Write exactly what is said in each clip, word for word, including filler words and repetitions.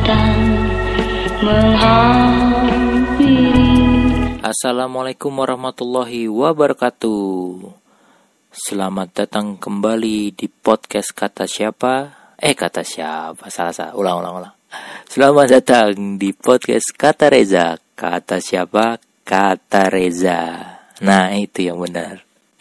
datang menghampiri. Assalamualaikum warahmatullahi wabarakatuh. Selamat datang kembali di podcast Kata Siapa. Eh kata siapa? Salah salah. Ulang ulang ulang. Selamat datang di podcast Kata Reza. Kata siapa? Kata Reza. Nah itu yang benar.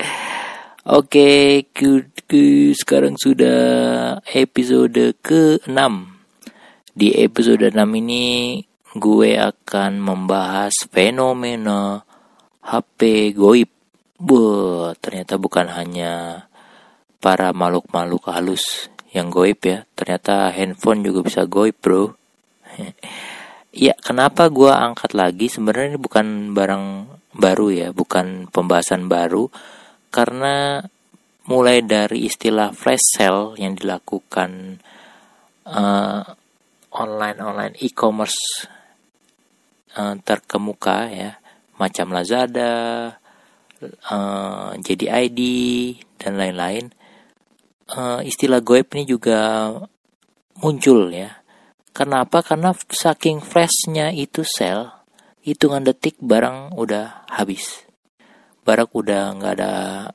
Oke, good, good. Sekarang sudah episode keenam. Di episode enam ini gue akan membahas fenomena H P goib. Wah, ternyata bukan hanya para makhluk-makhluk halus yang goib ya. Ternyata handphone juga bisa goib, bro. Ya, kenapa gue angkat lagi? Sebenarnya ini bukan barang baru ya, bukan pembahasan baru. Karena mulai dari istilah flash sale yang dilakukan uh, online-online e-commerce uh, terkemuka ya, macam Lazada, uh, J D I D dan lain-lain, uh, istilah goib ini juga muncul ya. Kenapa? Karena saking flashnya itu sale, hitungan detik barang udah habis, barang udah nggak ada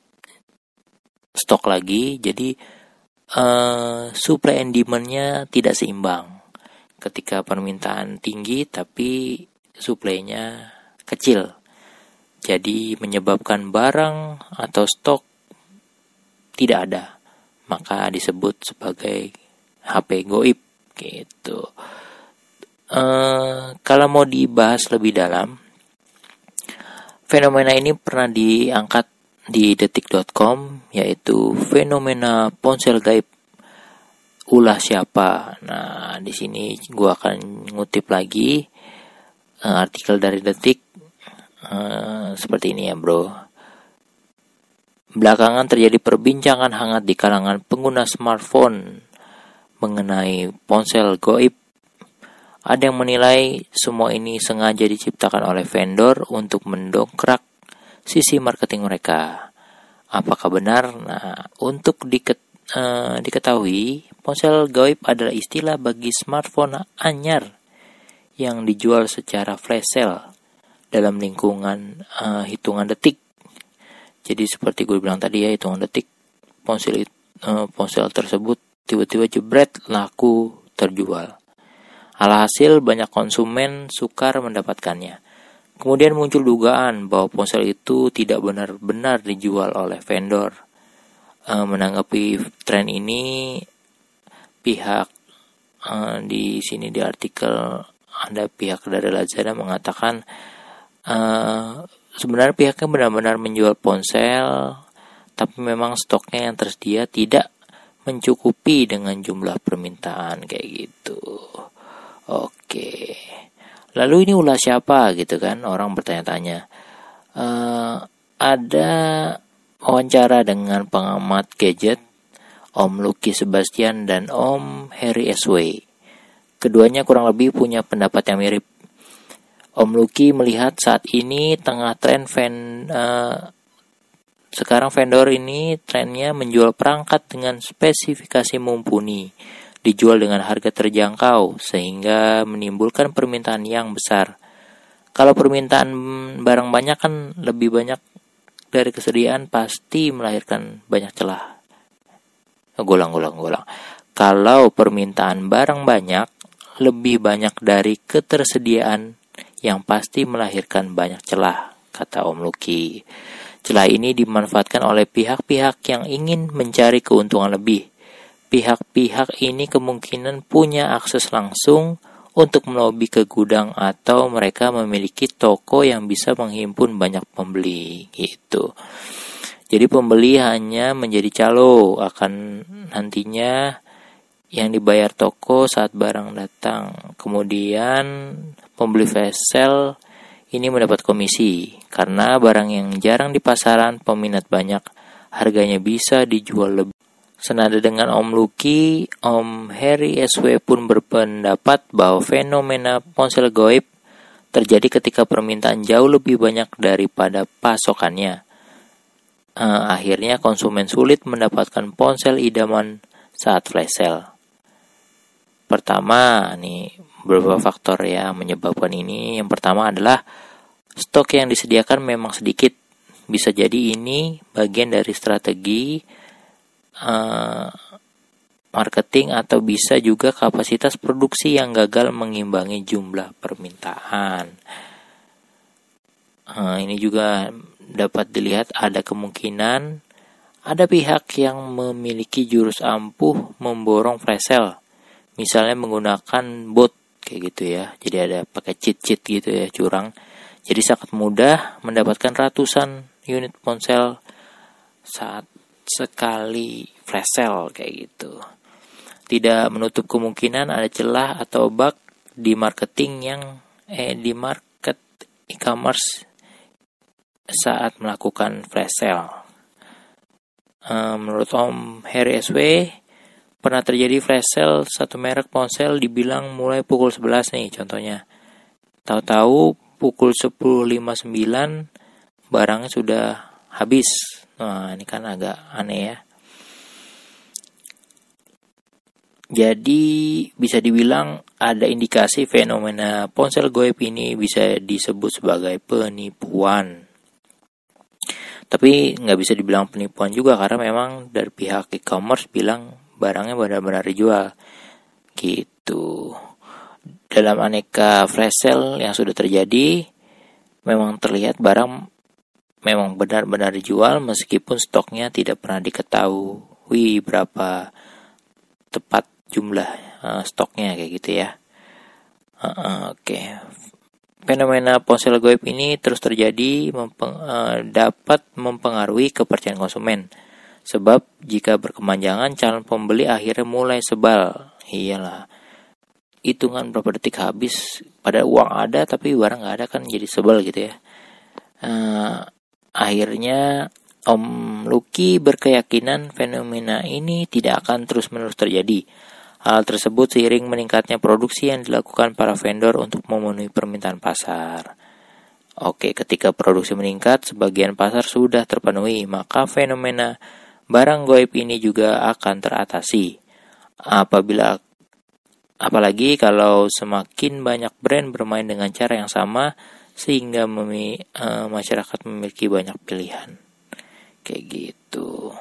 stok lagi, jadi uh, supply and demand-nya tidak seimbang. Ketika permintaan tinggi tapi suplainya kecil, jadi menyebabkan barang atau stok tidak ada, maka disebut sebagai H P goib gitu. Uh, kalau mau dibahas lebih dalam, fenomena ini pernah diangkat di detik dot com, yaitu fenomena ponsel gaib. Ulah siapa? Nah, di sini gua akan ngutip lagi uh, artikel dari Detik uh, seperti ini ya, bro. Belakangan terjadi perbincangan hangat di kalangan pengguna smartphone mengenai ponsel gaib. Ada yang menilai semua ini sengaja diciptakan oleh vendor untuk mendongkrak sisi marketing mereka. Apakah benar? Nah, untuk diket, uh, diketahui, ponsel gaib adalah istilah bagi smartphone anyar yang dijual secara flash sale dalam lingkungan uh, hitungan detik. Jadi seperti gue bilang tadi ya, hitungan detik ponsel uh, ponsel tersebut tiba-tiba jebret laku terjual. Alhasil banyak konsumen sukar mendapatkannya. Kemudian muncul dugaan bahwa ponsel itu tidak benar-benar dijual oleh vendor. E, menanggapi tren ini, pihak e, di sini di artikel ada pihak dari Lazada mengatakan e, sebenarnya pihaknya benar-benar menjual ponsel, tapi memang stoknya yang tersedia tidak mencukupi dengan jumlah permintaan kayak gitu. Oke. Lalu ini ulah siapa gitu kan? Orang bertanya-tanya. Uh, ada wawancara dengan pengamat gadget Om Lucky Sebastian dan Om Harry S W. Keduanya kurang lebih punya pendapat yang mirip. Om Lucky melihat saat ini tengah tren fan, uh, sekarang vendor ini trennya menjual perangkat dengan spesifikasi mumpuni, dijual dengan harga terjangkau sehingga menimbulkan permintaan yang besar. Kalau permintaan barang banyak kan lebih banyak dari kesediaan, pasti melahirkan banyak celah. Golang-golang golang. Kalau permintaan barang banyak lebih banyak dari ketersediaan, yang pasti melahirkan banyak celah, kata Om Lucky. Celah ini dimanfaatkan oleh pihak-pihak yang ingin mencari keuntungan lebih. Pihak-pihak ini kemungkinan punya akses langsung untuk melobi ke gudang atau mereka memiliki toko yang bisa menghimpun banyak pembeli gitu. Jadi pembeli hanya menjadi calo, akan nantinya yang dibayar toko saat barang datang. Kemudian pembeli flash sale ini mendapat komisi karena barang yang jarang di pasaran peminat banyak, harganya bisa dijual lebih. Senada dengan Om Lucky, Om Harry S W pun berpendapat bahwa fenomena ponsel gaib terjadi ketika permintaan jauh lebih banyak daripada pasokannya. Uh, akhirnya konsumen sulit mendapatkan ponsel idaman saat flash sale. Pertama, nih beberapa faktor yang menyebabkan ini. Yang pertama adalah stok yang disediakan memang sedikit. Bisa jadi ini bagian dari strategi uh, marketing atau bisa juga kapasitas produksi yang gagal mengimbangi jumlah permintaan. Uh, ini juga dapat dilihat ada kemungkinan ada pihak yang memiliki jurus ampuh memborong flash sale. Misalnya menggunakan bot kayak gitu ya. Jadi ada pakai cheat-cheat gitu ya, curang. Jadi sangat mudah mendapatkan ratusan unit ponsel saat sekali flash sale kayak gitu. Tidak menutup kemungkinan ada celah atau bug di marketing yang eh di market e-commerce saat melakukan flash sale. Uh, menurut Om Heri S W, pernah terjadi flash sale satu merek ponsel dibilang mulai pukul sebelas nih contohnya. Tahu-tahu pukul sepuluh lewat lima puluh sembilan barangnya sudah habis. Nah, ini kan agak aneh ya. Jadi bisa dibilang ada indikasi fenomena ponsel goib ini bisa disebut sebagai penipuan. Tapi nggak bisa dibilang penipuan juga karena memang dari pihak e-commerce bilang barangnya benar-benar dijual gitu. Dalam aneka flash sale yang sudah terjadi, memang terlihat barang memang benar-benar dijual meskipun stoknya tidak pernah diketahui berapa tepat jumlah uh, stoknya kayak gitu ya. Uh, uh, Oke. Okay. Fenomena ponsel goib ini terus terjadi mempeng, uh, dapat mempengaruhi kepercayaan konsumen. Sebab jika berkepanjangan calon pembeli akhirnya mulai sebal. Iyalah, hitungan berapa detik habis, pada uang ada tapi barang nggak ada kan jadi sebal gitu ya. Uh, akhirnya Om Lucky berkeyakinan fenomena ini tidak akan terus-menerus terjadi. Hal tersebut seiring meningkatnya produksi yang dilakukan para vendor untuk memenuhi permintaan pasar. Oke, ketika produksi meningkat, sebagian pasar sudah terpenuhi, maka fenomena barang goib ini juga akan teratasi. Apabila apalagi kalau semakin banyak brand bermain dengan cara yang sama sehingga memi, uh, masyarakat memiliki banyak pilihan. Kayak gitu.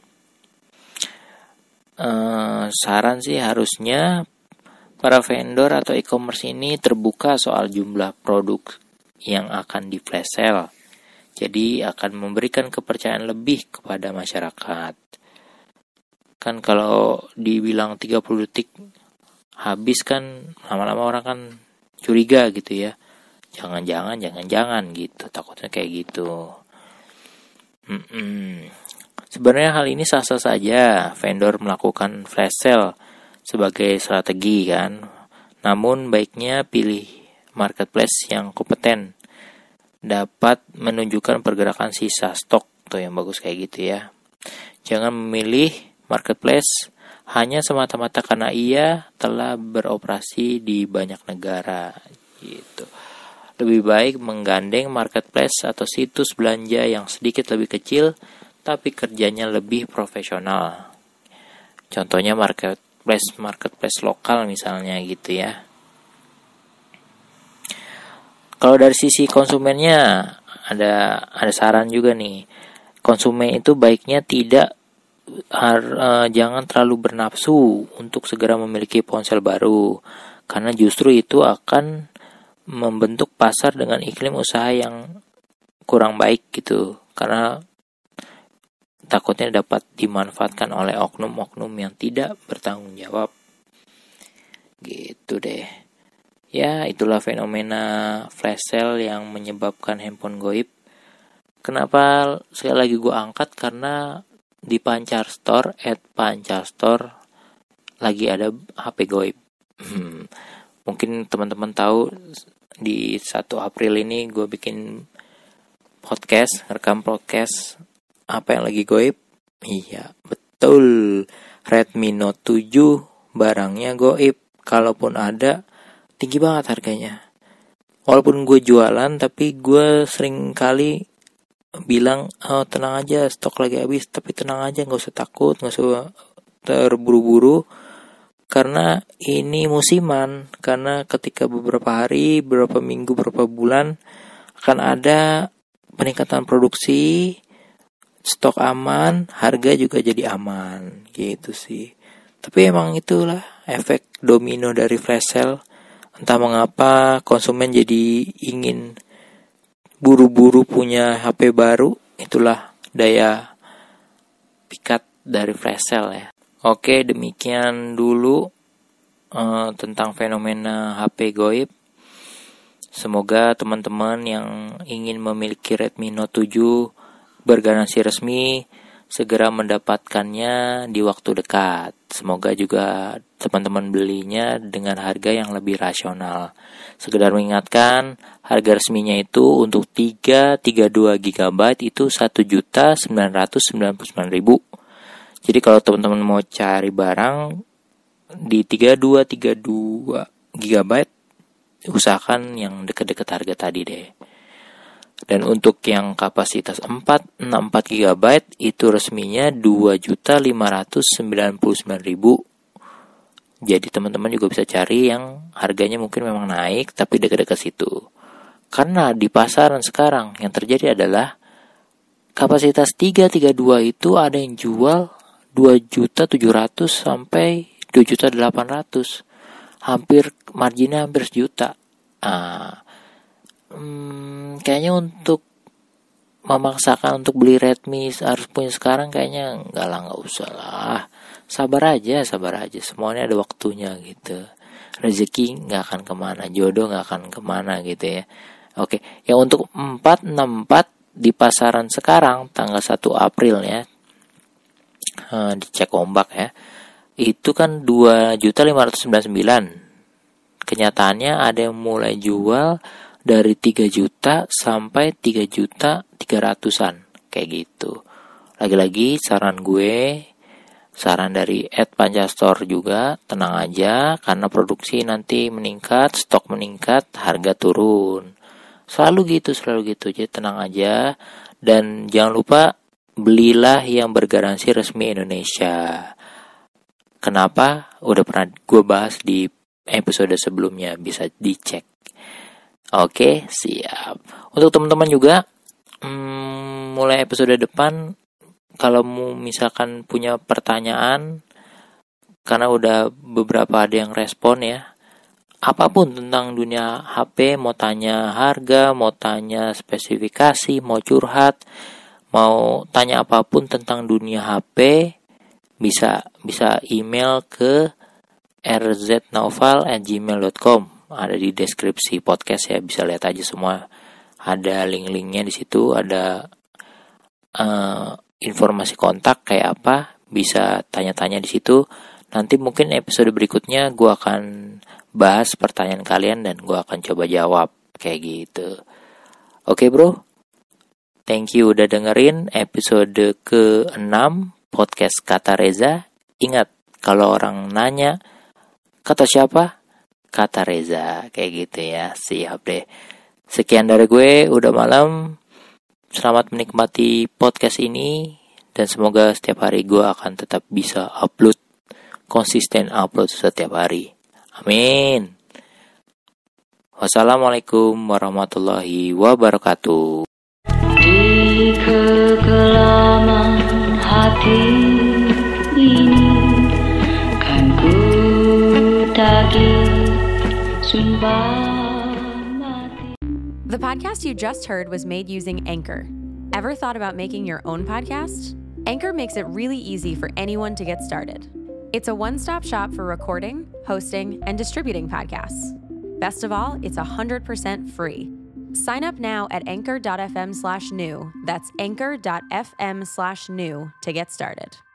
Uh, saran sih harusnya para vendor atau e-commerce ini terbuka soal jumlah produk yang akan di flash sale. Jadi akan memberikan kepercayaan lebih kepada masyarakat. Kan kalau dibilang tiga puluh detik habis kan lama-lama orang kan curiga gitu ya. Jangan-jangan, jangan-jangan gitu. Takutnya kayak gitu. Mm-mm. Sebenarnya hal ini sah-sah saja vendor melakukan flash sale sebagai strategi kan. Namun baiknya pilih marketplace yang kompeten, dapat menunjukkan pergerakan sisa stok tuh yang bagus kayak gitu ya. Jangan memilih marketplace hanya semata-mata karena ia telah beroperasi di banyak negara gitu. Lebih baik menggandeng marketplace atau situs belanja yang sedikit lebih kecil tapi kerjanya lebih profesional. Contohnya marketplace marketplace lokal misalnya gitu ya. Kalau dari sisi konsumennya ada ada saran juga nih. Konsumen itu baiknya tidak har, uh, jangan terlalu bernafsu untuk segera memiliki ponsel baru karena justru itu akan membentuk pasar dengan iklim usaha yang kurang baik gitu. Karena takutnya dapat dimanfaatkan oleh oknum-oknum yang tidak bertanggung jawab. Gitu deh. Ya, itulah fenomena flash sale yang menyebabkan handphone goib. Kenapa sekali lagi gue angkat? Karena di Pancar Store, at Pancar Store lagi ada H P goib. Hmm, mungkin teman-teman tahu di satu April ini gue bikin podcast, rekam podcast. Apa yang lagi goib? Iya, betul. Redmi Note tujuh barangnya goib. Kalaupun ada, tinggi banget harganya. Walaupun gue jualan, tapi gue sering kali bilang, oh tenang aja, stok lagi habis. Tapi tenang aja, gak usah takut, gak usah terburu-buru. karena ini musiman. Karena ketika beberapa hari, beberapa minggu, beberapa bulan akan ada peningkatan produksi, stok aman, harga juga jadi aman gitu sih. Tapi emang itulah efek domino dari flash sale. Entah mengapa konsumen jadi ingin buru-buru punya H P baru. Itulah daya pikat dari flash sale ya. Oke, demikian dulu uh, tentang fenomena H P goib. Semoga teman-teman yang ingin memiliki Redmi Note tujuh bergaransi resmi segera mendapatkannya di waktu dekat. Semoga juga teman-teman belinya dengan harga yang lebih rasional. Sekedar mengingatkan, harga resminya itu untuk tiga ratus tiga puluh dua giga byte itu satu juta sembilan ratus sembilan puluh sembilan ribu. Jadi kalau teman-teman mau cari barang di tiga ratus dua puluh tiga puluh dua giga byte, usahakan yang dekat-dekat harga tadi deh. Dan untuk yang kapasitas empat ratus enam puluh empat giga byte itu resminya dua juta lima ratus sembilan puluh sembilan ribu. Jadi teman-teman juga bisa cari yang harganya mungkin memang naik tapi dekat-dekat situ. Karena di pasaran sekarang yang terjadi adalah kapasitas tiga ratus tiga puluh dua itu ada yang jual dua juta tujuh ratus sampai dua juta delapan ratus. Hampir marginnya hampir sejuta. Ah, Hmm, kayaknya untuk memaksakan untuk beli Redmi harus punya sekarang kayaknya enggak lah, enggak usah lah. Sabar aja, sabar aja. Semuanya ada waktunya gitu. Rezeki enggak akan kemana, jodoh enggak akan kemana gitu ya. Oke, yang untuk empat ratus enam puluh empat di pasaran sekarang tanggal satu April ya. Hmm, dicek ombak ya. Itu kan dua juta lima ratus sembilan puluh sembilan. Kenyataannya ada yang mulai jual dari tiga juta sampai tiga juta tiga ratusan kayak gitu. Lagi-lagi saran gue, saran dari at Pancastore juga, tenang aja karena produksi nanti meningkat, stok meningkat, harga turun. Selalu gitu, selalu gitu. Jadi tenang aja dan jangan lupa belilah yang bergaransi resmi Indonesia. Kenapa? Udah pernah gue bahas di episode sebelumnya, bisa dicek. Oke, siap. Untuk teman-teman juga, hmm, mulai episode depan, kalau mau misalkan punya pertanyaan, karena udah beberapa ada yang respon ya, apapun tentang dunia H P, mau tanya harga, mau tanya spesifikasi, mau curhat, mau tanya apapun tentang dunia H P, bisa bisa email ke r z naufal at gmail dot com. Ada di deskripsi podcast ya, bisa lihat aja semua. Ada link-linknya di situ, ada uh, informasi kontak kayak apa, bisa tanya-tanya di situ. Nanti mungkin episode berikutnya gue akan bahas pertanyaan kalian dan gue akan coba jawab kayak gitu. Oke bro, thank you udah dengerin episode keenam podcast Kata Reza. Ingat, kalau orang nanya kata siapa? Kata Reza, kayak gitu ya. Siap deh. Sekian dari gue, udah malam. Selamat menikmati podcast ini dan semoga setiap hari gue akan tetap bisa upload, konsisten upload setiap hari. Amin. Wassalamualaikum warahmatullahi wabarakatuh. Di kegelapan hati ini kan ku tagih sumpah mati. The podcast you just heard was made using Anchor. Ever thought about making your own podcast? Anchor makes it really easy for anyone to get started. It's a one-stop shop for recording, hosting, and distributing podcasts. Best of all, it's one hundred percent free. Sign up now at anchor dot f m slash new. That's anchor dot f m slash new to get started.